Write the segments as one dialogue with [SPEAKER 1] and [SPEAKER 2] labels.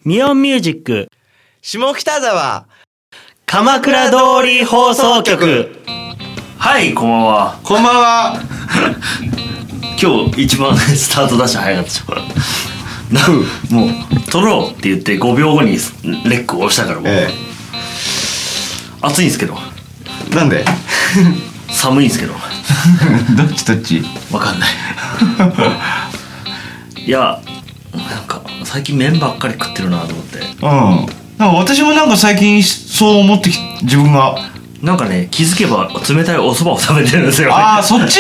[SPEAKER 1] ミオンミュージック
[SPEAKER 2] 下北沢
[SPEAKER 1] 鎌倉通り放送局。はい、こんばんは。
[SPEAKER 2] こんばんは。
[SPEAKER 1] 今日一番スタートダッシュ早かったでしょ。もう撮ろうって言って5秒後にレックを押したからもう、暑いんですけど。
[SPEAKER 2] なんで
[SPEAKER 1] 寒いんですけど。
[SPEAKER 2] どっち
[SPEAKER 1] わかんない。いや、なんか最近麺ばっかり食ってるなと思って。
[SPEAKER 2] なんか私もなんか最近そう思って自分が
[SPEAKER 1] なんかね、気づけば冷たいお蕎麦を食べてるんですよ、ね。
[SPEAKER 2] ああ、そっち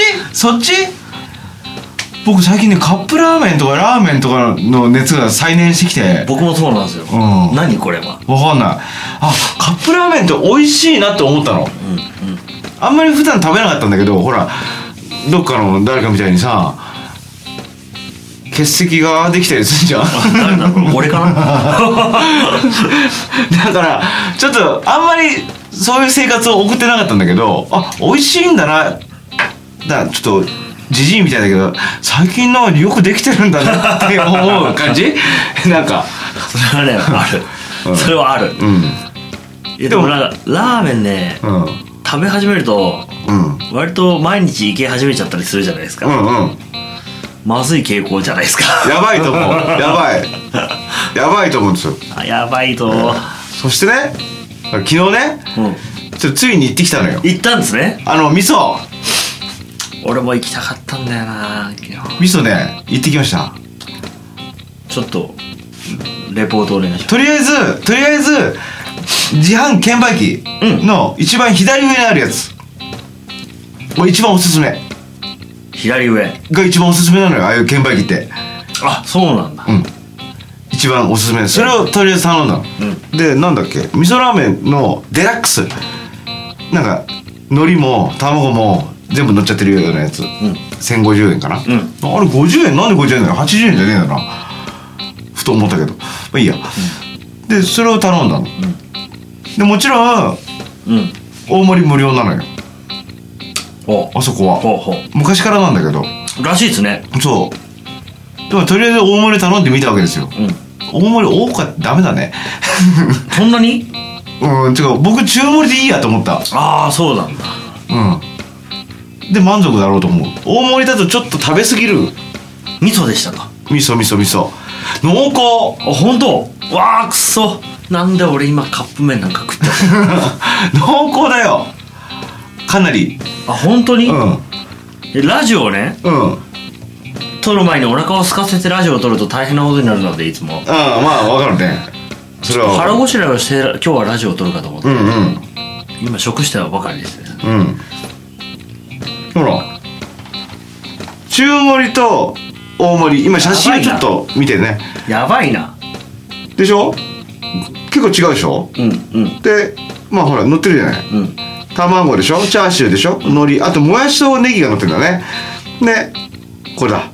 [SPEAKER 2] 僕最近ね、カップラーメンとかラーメンとかの熱が再燃してきて。
[SPEAKER 1] 僕もそうなんですよ。何これは
[SPEAKER 2] わかんない。カップラーメンって美味しいなって思ったの。あんまり普段食べなかったんだけど、ほらどっかの誰かみたいにさ、欠席ができたりするじゃん。
[SPEAKER 1] 誰だろう、俺かな。
[SPEAKER 2] だからちょっとあんまりそういう生活を送ってなかったんだけど、美味しいんだな。だからちょっとジジイみたいだけど、最近のよくできてるんだなって思う感じ。なんか
[SPEAKER 1] それはね、ある。それはある。いやでもなんかラーメンね、食べ始めると、割と毎日行け始めちゃったりするじゃないですか。まずい傾向じゃないですか。
[SPEAKER 2] やばいと思う。やばいと思うんですよ。
[SPEAKER 1] やばいと。
[SPEAKER 2] そしてね、昨日ね、ちょっとついに行ってきたのよ。
[SPEAKER 1] 行ったんですね。
[SPEAKER 2] 味噌。
[SPEAKER 1] 俺も行きたかったんだよな。
[SPEAKER 2] 味噌ね、行ってきました。
[SPEAKER 1] ちょっとレポートお願いします。
[SPEAKER 2] とりあえず自販券売機の一番左上にあるやつ、もう一番おすすめ。
[SPEAKER 1] 左上
[SPEAKER 2] が一番おすすめなのよ、ああいう券売機って。
[SPEAKER 1] あ、そうなんだ。
[SPEAKER 2] 一番おすすめ。それをとりあえず頼んだの。で、なんだっけ、味噌ラーメンのデラックス、なんか海苔も卵も全部乗っちゃってるようなやつ、1050円かな。あれ50円、なんで50円だよ、80円じゃねえんだな、ふと思ったけど、まあいいや。でそれを頼んだの。でもちろん大盛り無料なのよ、あそこは。昔からなんだけど。
[SPEAKER 1] らしいですね。
[SPEAKER 2] そうでもとりあえず大盛り頼んでみたわけですよ。大盛り多かったらダメだね。 そんなに？違う、僕中盛りでいいやと思った。
[SPEAKER 1] ああ、そうなんだ。
[SPEAKER 2] で満足だろうと思う。大盛りだとちょっと食べ過ぎる。
[SPEAKER 1] 味噌でしたか？
[SPEAKER 2] 味噌濃厚。
[SPEAKER 1] 本当？わあ、くそ。なんで俺今カップ麺なんか食っちゃった。
[SPEAKER 2] 濃厚だよ、かなり。
[SPEAKER 1] 本当に？ラジオをね、撮る前にお腹を空かせてラジオを撮ると大変なことになるので、いつも。ま
[SPEAKER 2] あ分かるね。それは
[SPEAKER 1] 腹ごしらえをして今日はラジオを撮るかと思って、今食してはばかりですね。
[SPEAKER 2] ほら、中盛りと大盛り、今写真ちょっと見てね。
[SPEAKER 1] やばいな。
[SPEAKER 2] でしょ、結構違うでしょ。でまあほら乗ってるじゃない。卵でしょ、チャーシューでしょ、海苔、あともやしとネギが乗ってるんだね。でこれだ。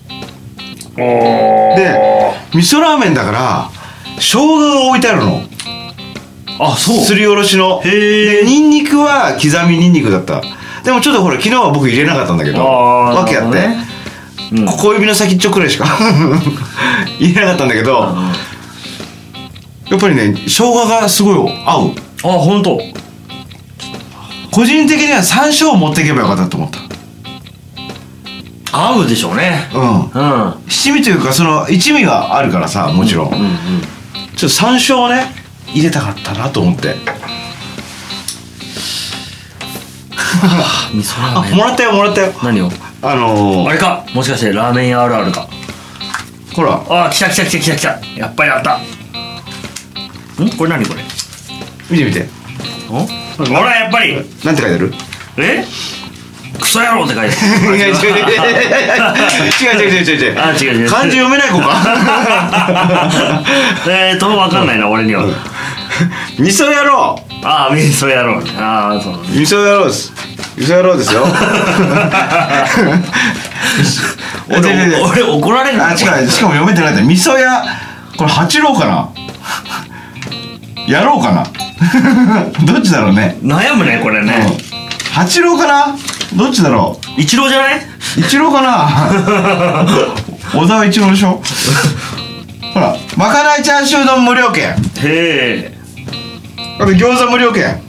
[SPEAKER 2] で味噌ラーメンだから生姜が置いてあるの。そう、すりおろしの。でニンニクは刻みニンニクだった。でもちょっとほら昨日は僕入れなかったんだけど、訳あって、小指の先っちょくらいしか入れなかったんだけど、やっぱりね、生姜がすごい合う。
[SPEAKER 1] 本当。
[SPEAKER 2] 個人的には山椒を持っていけばよかったと思った。
[SPEAKER 1] 合うでしょうね。
[SPEAKER 2] 七味というかその一味があるからさ、もちろん。ちょっと山椒をね入れたかったなと思って。
[SPEAKER 1] 味噌ラーメン。
[SPEAKER 2] もらったよ。
[SPEAKER 1] 何を？あれか、もしかしてラーメン屋あるあるか。
[SPEAKER 2] ほら。
[SPEAKER 1] 来た。やっぱりあった。これ何これ？
[SPEAKER 2] 見て。
[SPEAKER 1] ほら、やっぱり。
[SPEAKER 2] なんて書いてある？
[SPEAKER 1] クソ野郎って書いてある。
[SPEAKER 2] 違う。
[SPEAKER 1] 違う。
[SPEAKER 2] 漢字読めない子か。
[SPEAKER 1] 分かんないな、俺には。
[SPEAKER 2] 味噌野郎。
[SPEAKER 1] 味噌野郎。そう。
[SPEAKER 2] 味噌野郎です。味噌野郎ですよ。
[SPEAKER 1] 俺怒られる。
[SPEAKER 2] 違う。しかも読めてないんだ。味噌屋。これ八郎かな。やろうかな。どっちだろうね。
[SPEAKER 1] 悩むね、これね。
[SPEAKER 2] 八郎かな、どっちだろ
[SPEAKER 1] う。一郎じゃない？
[SPEAKER 2] 一郎かな。小沢一郎でしょ。 ほらまかないチャーシュー丼無料券。
[SPEAKER 1] へえ。
[SPEAKER 2] あと餃子無料券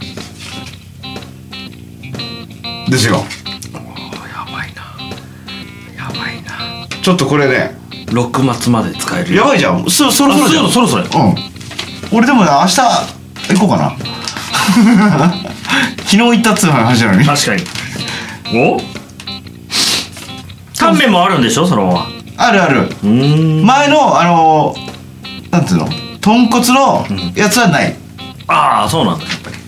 [SPEAKER 2] ですよ。
[SPEAKER 1] やばいなやばいな。
[SPEAKER 2] ちょっとこれね
[SPEAKER 1] 6月まで使える。
[SPEAKER 2] やばいじゃん。そろそろじゃん。
[SPEAKER 1] そろそろ。
[SPEAKER 2] 俺でもね明日行こうかな昨日行ったっつう話なのに。
[SPEAKER 1] 確かに。おタンメンもあるんでしょそのまま。
[SPEAKER 2] あるある。前のなんていうの豚骨のやつはない。
[SPEAKER 1] ああそうなんだやっぱり。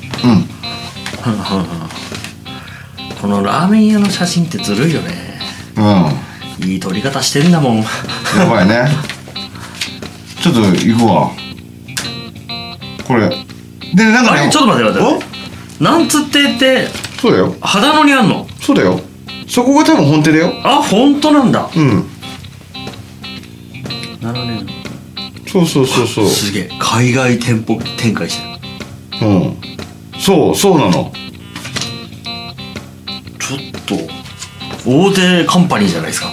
[SPEAKER 1] このラーメン屋の写真ってずるいよね。いい撮り方してんだもん。や
[SPEAKER 2] ばいね。ちょっと行くわこれで。なんかね
[SPEAKER 1] ちょっと待って。なんつってって。
[SPEAKER 2] そうだよ。
[SPEAKER 1] 秦野にあんの。
[SPEAKER 2] そうだよ。そこが多分本店だよ。
[SPEAKER 1] あ本当なんだ。
[SPEAKER 2] なるほどね。そう
[SPEAKER 1] すげえ海外店舗展開してる。
[SPEAKER 2] そうなの。
[SPEAKER 1] ちょっと大手カンパニーじゃないですか。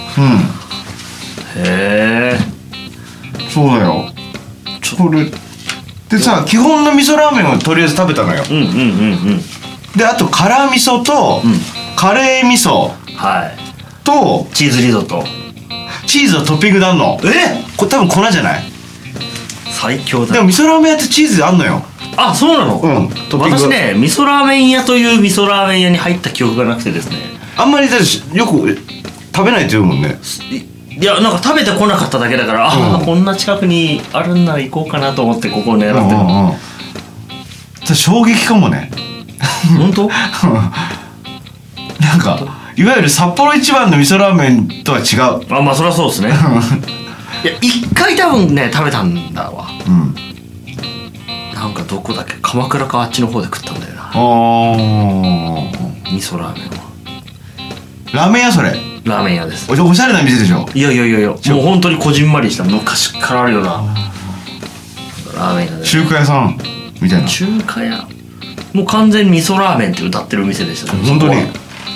[SPEAKER 1] へえ。
[SPEAKER 2] そうだよ。これでさ基本の味噌ラーメンをとりあえず食べたのよ。であと辛味噌と、カレー味噌と
[SPEAKER 1] チーズリゾット。
[SPEAKER 2] チーズのトッピングであんの。これ多分粉じゃない？
[SPEAKER 1] 最強だ。
[SPEAKER 2] でも味噌ラーメン屋ってチーズあんのよ。
[SPEAKER 1] あそうなの。私ね味噌ラーメン屋という味噌ラーメン屋に入った記憶がなくてですね。
[SPEAKER 2] あんまりよく食べないって言うもんね。
[SPEAKER 1] いやなんか食べてこなかっただけだから、こんな近くにあるんなら行こうかなと思ってここを狙ってる。
[SPEAKER 2] 衝撃かもね。
[SPEAKER 1] 本当？
[SPEAKER 2] なんかいわゆる札幌一番の味噌ラーメンとは違う。
[SPEAKER 1] まあそりゃそうですね。いや一回多分ね食べたんだわ。なんかどこだっけ鎌倉かあっちの方で食ったんだよな。味噌ラーメンは。
[SPEAKER 2] ラーメン屋それ。
[SPEAKER 1] ラーメン屋です。
[SPEAKER 2] おしゃれな店でしょ。
[SPEAKER 1] いやもう本当にこじんまりした昔からあるようなラーメン屋で。
[SPEAKER 2] 中華屋さんみたいな。
[SPEAKER 1] 中華屋もう完全に味噌ラーメンって歌ってる店でしたね。
[SPEAKER 2] 本当に。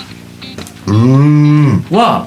[SPEAKER 1] は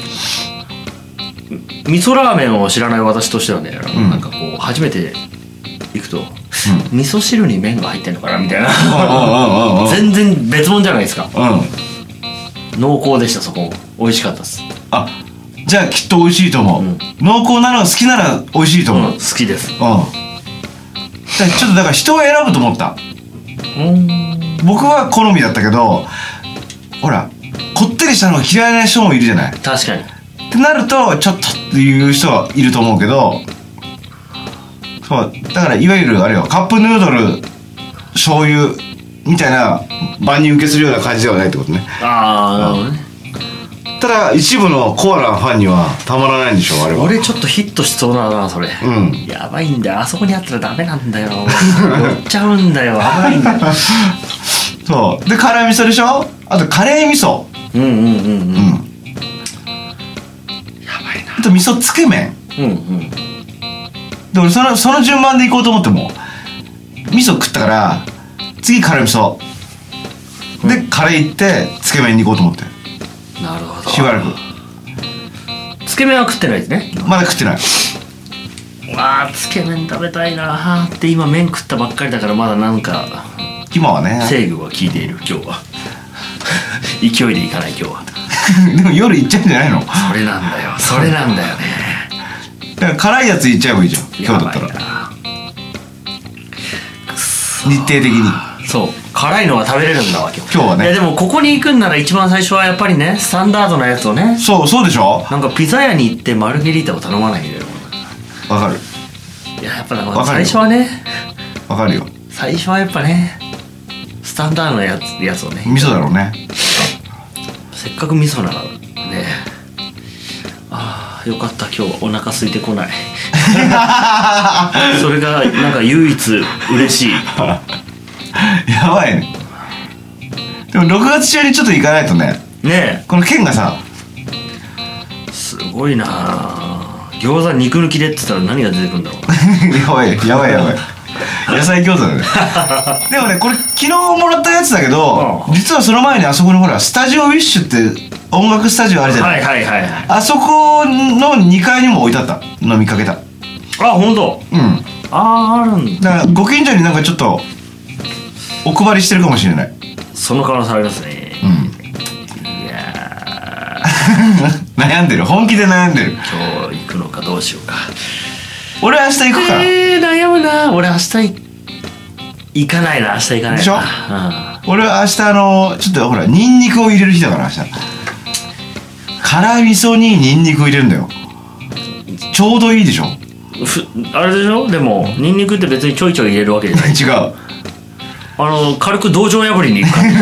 [SPEAKER 1] 味噌ラーメンを知らない私としてはね、なんかこう初めて行くと、味噌汁に麺が入ってんのかなみたいな。全然別物じゃないですか。濃厚でした。そこ美味しかったです。
[SPEAKER 2] じゃあきっと美味しいと思う。濃厚なの好きなら美味しいと思う。
[SPEAKER 1] 好きです。
[SPEAKER 2] ちょっとだから人を選ぶと思った。僕は好みだったけど、ほらこってりしたのが嫌いな人もいるじゃない。
[SPEAKER 1] 確かに。
[SPEAKER 2] ってなるとちょっとっていう人はいると思うけど、そうだからいわゆるあれよカップヌードル醤油みたいな万人受けするような感じではないってことね。
[SPEAKER 1] なるほどね。
[SPEAKER 2] ただ一部のコアなファンにはたまらないんでしょあれは。
[SPEAKER 1] 俺ちょっとヒットしそうだなそれ。やばいんだよ。あそこにあったらダメなんだよ。乗っちゃうんだよ。危ないんだよ。
[SPEAKER 2] そうで辛味噌でしょ。あとカレー味噌。やばいな。あと味噌つけ麺。で俺その順番で行こうと思っても味噌食ったから次辛味噌でカレー行ってつけ麺に行こうと思って。
[SPEAKER 1] なるほど。
[SPEAKER 2] しばらく
[SPEAKER 1] つけ麺は食ってないですね。
[SPEAKER 2] まだ食ってない。
[SPEAKER 1] つけ麺食べたいなって今麺食ったばっかりだからまだなんか
[SPEAKER 2] 今はね
[SPEAKER 1] 制御が効いている今日は。勢いでいかない今日は。
[SPEAKER 2] でも夜行っちゃうんじゃないの。
[SPEAKER 1] それなんだよね。
[SPEAKER 2] だから辛いやつ行っちゃえばいいじゃん今日だったら。日程的に
[SPEAKER 1] そう辛いのは食べれるんだわ今日
[SPEAKER 2] はね。
[SPEAKER 1] いやでもここに行くんなら一番最初はやっぱりねスタンダードなやつをね。
[SPEAKER 2] そうでしょ。
[SPEAKER 1] なんかピザ屋に行ってマルゲリータを頼まないんだよ。
[SPEAKER 2] わかる。
[SPEAKER 1] いややっぱ最初はね
[SPEAKER 2] わかるよ。
[SPEAKER 1] 最初はやっぱねスタンダードなやつをね。
[SPEAKER 2] 味噌だろうね。
[SPEAKER 1] せっかく味噌ならね。よかった今日お腹空いてこない。それがなんか唯一嬉しい。
[SPEAKER 2] やばいね。でも6月中にちょっと行かないとね。この県がさ
[SPEAKER 1] すごいな。餃子肉抜きでって言ったら何が出てくるんだろう。
[SPEAKER 2] やばい野菜餃子だね。でもねこれ昨日もらったやつだけど、実はその前にあそこにほらスタジオウィッシュって音楽スタジオあるじゃない。あそこの2階にも置いてあった。飲みかけた。
[SPEAKER 1] あ、本当。
[SPEAKER 2] うん。
[SPEAKER 1] あるん
[SPEAKER 2] だからご近所になんかちょっとお配りしてるかもしれない。
[SPEAKER 1] その可能性ありますね。
[SPEAKER 2] うん。いや悩んでる、本気で悩んでる。
[SPEAKER 1] 今日行くのかどうしようか。
[SPEAKER 2] 俺明日行くから。
[SPEAKER 1] 悩むな。俺明日行かないな。明日行かないな。
[SPEAKER 2] でしょ、
[SPEAKER 1] うん、
[SPEAKER 2] 俺は明日ちょっとほらニンニクを入れる日だから明日。辛味噌にニンニクを入れるんだよ。ちょうどいいでしょ。
[SPEAKER 1] あれでしょ。でもニンニクって別にちょいちょい入れるわけじゃない。
[SPEAKER 2] 違う。
[SPEAKER 1] 軽く道場破りに行く感じ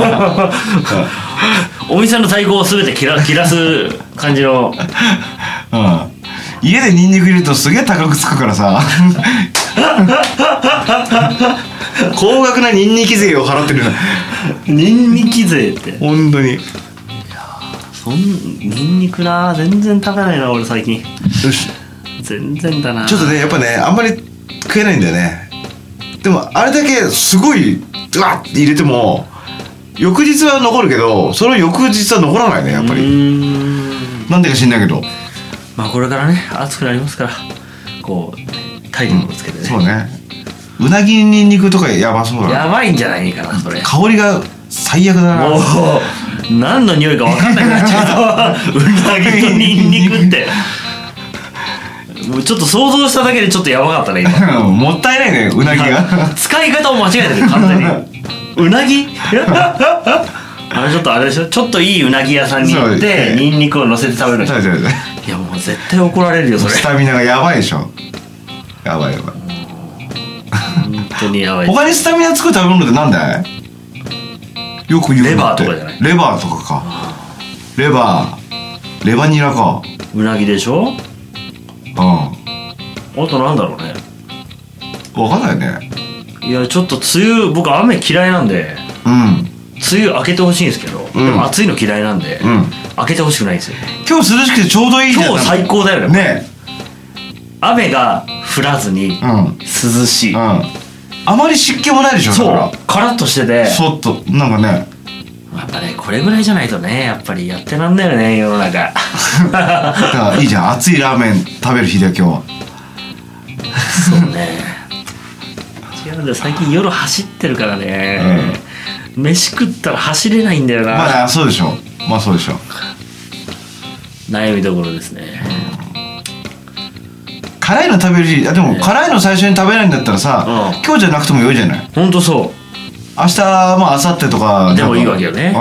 [SPEAKER 1] お店の太鼓を全て切らす感じの、
[SPEAKER 2] うん、家でニンニク入れるとすげえ高くつくからさ高額なニンニク税を払ってる
[SPEAKER 1] ニンニク税って
[SPEAKER 2] 本当に。いや
[SPEAKER 1] ニンニクな全然食べないな俺最近。
[SPEAKER 2] よし
[SPEAKER 1] 全然だな。
[SPEAKER 2] ちょっとねやっぱねあんまり食えないんだよね。でもあれだけすごいドワッて入れても翌日は残るけどその翌日は残らないねやっぱり。なんでか知んないけど。
[SPEAKER 1] まあこれからね暑くなりますからこう体力をつけてね、
[SPEAKER 2] そうね。うなぎにんにくとかやばそうだな。
[SPEAKER 1] やばいんじゃないかなそれ。
[SPEAKER 2] 香りが最悪だな。
[SPEAKER 1] もう何の匂いか分かんなくなっちゃううなぎとにんにくってもうちょっと想像しただけでちょっとやばかったね今
[SPEAKER 2] もったいないねうなぎが
[SPEAKER 1] 使い方を間違えてる完全にうなぎちょっとあれでしょ。ちょっといいうなぎ屋さんに行ってニンニクを乗せて食べる人。いやもう絶対怒られるよそれ。
[SPEAKER 2] スタミナがやばいでしょ。やばいやばい
[SPEAKER 1] 本当にやばい。
[SPEAKER 2] 他にスタミナつく食べ物ってなんだい？よく言うのって
[SPEAKER 1] レバーとかじゃない？
[SPEAKER 2] レバーとかか。レバニラか。
[SPEAKER 1] うなぎでしょ。あとなんだろうね。
[SPEAKER 2] 分かんないね。
[SPEAKER 1] いやちょっと梅雨僕雨嫌いなんで、
[SPEAKER 2] うん、
[SPEAKER 1] 梅雨開けてほしいんですけど、でも暑いの嫌いなんで、開けてほしくないんですよ。
[SPEAKER 2] 今日涼しくてちょうどいい。
[SPEAKER 1] 今日最高だよね。
[SPEAKER 2] ね
[SPEAKER 1] 雨が降らずに涼しい、
[SPEAKER 2] あまり湿気もないでしょ。
[SPEAKER 1] そうカラッとしてて
[SPEAKER 2] そっとなんかね
[SPEAKER 1] やっぱねこれぐらいじゃないとねやっぱりやってらんないよね世の中だ
[SPEAKER 2] からいいじゃん熱いラーメン食べる日だ今日は。
[SPEAKER 1] そうね違うんだよ最近夜走ってるからね、飯食ったら走れないんだよな。
[SPEAKER 2] まあそうでしょ。まあそうでしょ。
[SPEAKER 1] 悩みどころですね。
[SPEAKER 2] 辛いの食べる日。でも辛いの最初に食べないんだったらさ、今日じゃなくてもよいじゃない。
[SPEAKER 1] ほんとそう。
[SPEAKER 2] 明日まあ明後日とか
[SPEAKER 1] でもいいわけよね。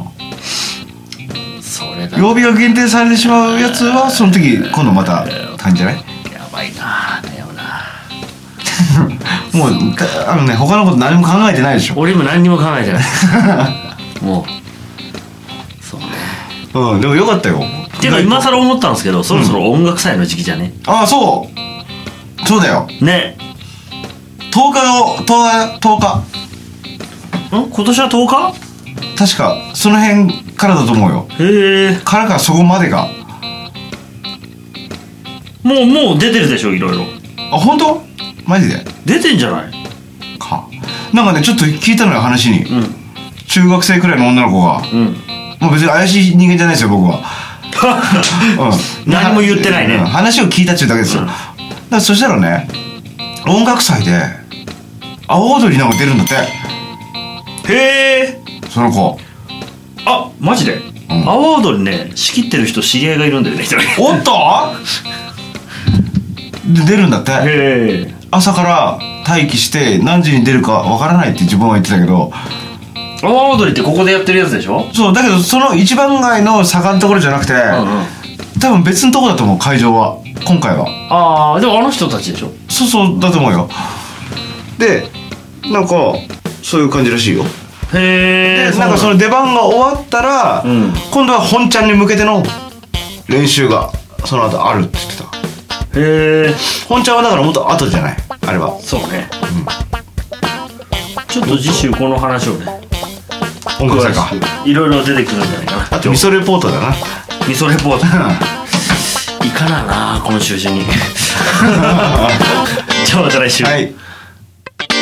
[SPEAKER 2] それだ。曜日が限定されてしまうやつはその時今度また感じじゃない。
[SPEAKER 1] やばいな悩むな
[SPEAKER 2] もうね他のこと何も考えてないでしょ。
[SPEAKER 1] 俺も何にも考えてないもうそうね。
[SPEAKER 2] でもよかったよ。
[SPEAKER 1] っていうか今更思ったんですけどそろそろ音楽祭の時期じゃね。
[SPEAKER 2] ああそうだよ
[SPEAKER 1] ね。
[SPEAKER 2] 10日
[SPEAKER 1] 今年は10日
[SPEAKER 2] 確かその辺からだと思うよ。
[SPEAKER 1] へえ。
[SPEAKER 2] からかそこまでが
[SPEAKER 1] もう出てるでしょいろいろ。
[SPEAKER 2] あ本当？マジで
[SPEAKER 1] 出てんじゃない
[SPEAKER 2] か。なんかねちょっと聞いたのよ話に、中学生くらいの女の子が、もう別に怪しい人間じゃないですよ僕は
[SPEAKER 1] 何も言ってないね、
[SPEAKER 2] 話を聞いたっちゅうだけですよ、だからそしたらね音楽祭で阿波踊りなんか出るんだって。
[SPEAKER 1] へえ。
[SPEAKER 2] その子
[SPEAKER 1] あマジで、阿波踊りね仕切ってる人知り合いがいるんだよね
[SPEAKER 2] おっとで出るんだって。
[SPEAKER 1] へえ。
[SPEAKER 2] 朝から待機して何時に出るかわからないって自分は言ってたけど。
[SPEAKER 1] 阿波踊りってここでやってるやつでしょ。
[SPEAKER 2] そうだけどその一番街の盛んなところじゃなくて、多分別のところだと思う会場は今回は。
[SPEAKER 1] ああでもあの人たちでしょ。
[SPEAKER 2] そうだと思うよ。でなんかそういう感じらしいよ。
[SPEAKER 1] へえ。
[SPEAKER 2] でなんかその出番が終わったら、今度は本ちゃんに向けての練習がその後あるって言ってた。へえ。本ちゃんはだからもっと後じゃないあれは。
[SPEAKER 1] そうね、ちょっと次週この話をね
[SPEAKER 2] 音楽祭か
[SPEAKER 1] いろいろ出てくるんじゃないかな。
[SPEAKER 2] あと味噌レポートだな。
[SPEAKER 1] 味噌レポートいかなな今週中にじゃあまた来週。
[SPEAKER 2] はい。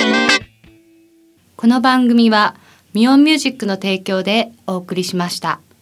[SPEAKER 3] この番組はミオンミュージックの提供でお送りしました。